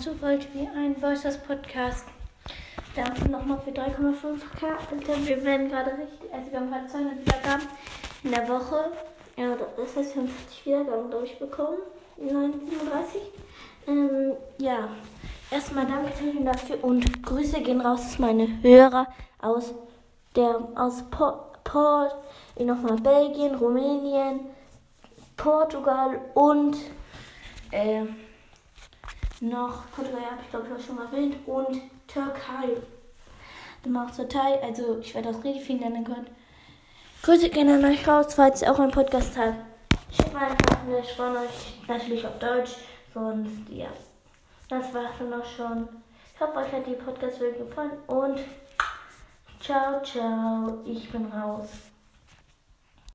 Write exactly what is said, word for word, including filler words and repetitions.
Heute wollte wir einen Voices Podcast. Danke nochmal für drei Komma fünf K. Alter, wir werden gerade richtig, also wir haben gerade zweihundert Wiedergaben in der Woche. Ja, das heißt, wir haben fünfzig Wiedergaben, glaube ich, bekommen. neun siebenunddreißig. Ähm, ja, erstmal danke dafür und Grüße gehen raus aus meine Hörer aus der, aus Port, Port nochmal Belgien, Rumänien, Portugal und, ähm, noch Portugal habe ich glaube ich auch schon mal erwähnt und Türkei. Dann auch Türkei, also ich werde auch richtig viel nennen können. Grüße gerne an euch raus, falls ihr auch einen Podcast habt. Schickt mal einfach eine von euch, natürlich auf Deutsch. Sonst, ja, das war's dann auch schon. Ich hoffe, euch hat die Podcast-Folge gefallen und ciao, ciao, ich bin raus.